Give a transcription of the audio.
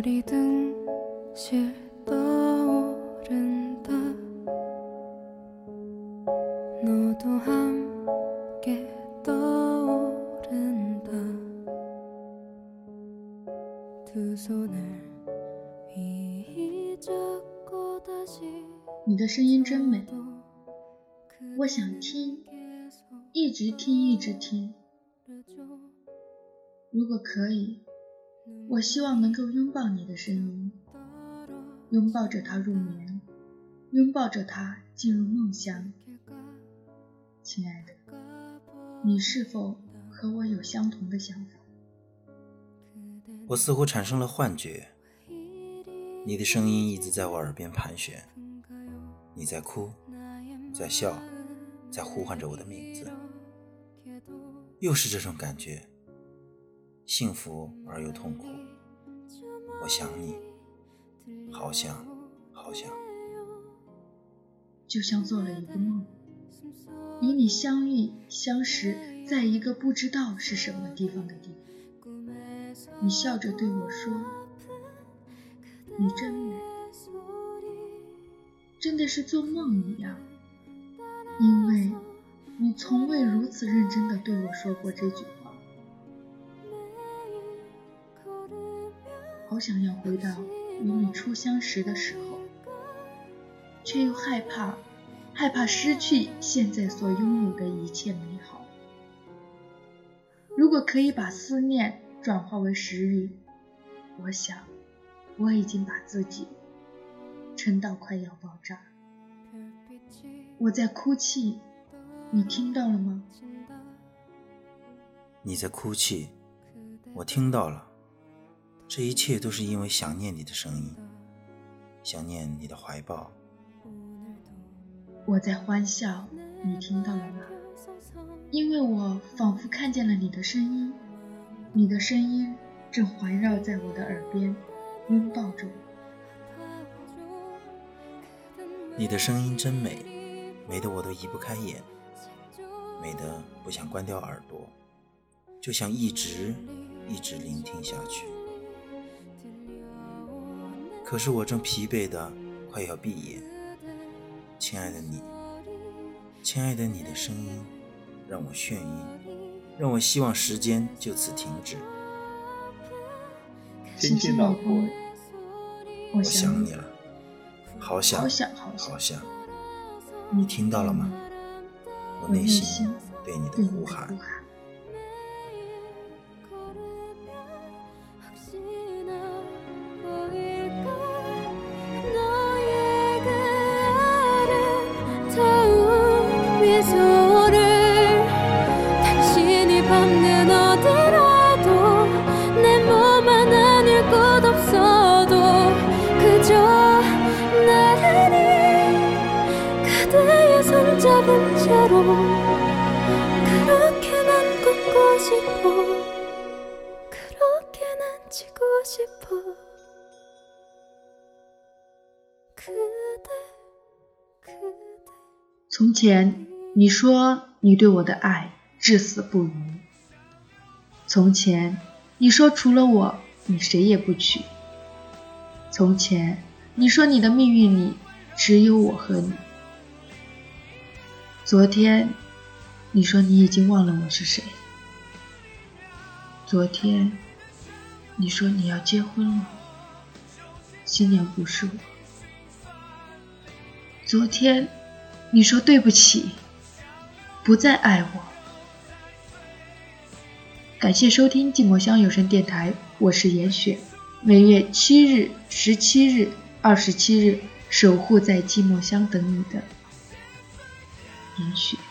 你的声音真美，我想听，一直听一直听。如果可以，我希望能够拥抱你的声音，拥抱着它入眠，拥抱着它进入梦乡。亲爱的，你是否和我有相同的想法？ 我似乎产生了幻觉，你的声音一直在我耳边盘旋，你在哭，在笑，在呼唤着我的名字。又是这种感觉，幸福而又痛苦。我想你，好想好想。 就像做了一个梦，与你相遇相识在一个不知道是什么地方的地方。你笑着对我说，你真美，真的是做梦一样，因为你从未如此认真地对我说过这句话。好想要回到与你初相识的时候，却又害怕失去现在所拥有的一切美好。如果可以把思念转化为食欲，我想我已经把自己撑到快要爆炸。我在哭泣，你听到了吗？ 你在哭泣，我听到了。这一切都是因为想念你的声音，想念你的怀抱。 我在欢笑，你听到了吗？因为我仿佛看见了你的声音，你的声音正环绕在我的耳边，拥抱着我。 你的声音真美，美得我都移不开眼，美得不想关掉耳朵，就想一直聆听下去。可是我正疲惫的快要闭眼。亲爱的你，亲爱的你的声音让我眩晕，让我希望时间就此停止。 亲亲老婆， 我想你了，好想好想。你听到了吗？我内心对你的呼喊。 从前你说你对我的爱至死不渝，从前你说除了我你谁也不娶，从前你说你的命运里只有我和你，昨天你说你已经忘了我是谁，昨天你说你要结婚了，新娘不是我，昨天你说对不起，不再爱我。感谢收听寂寞乡有声电台，我是严雪，每月7日、17日、27日守护在寂寞乡等你的严雪。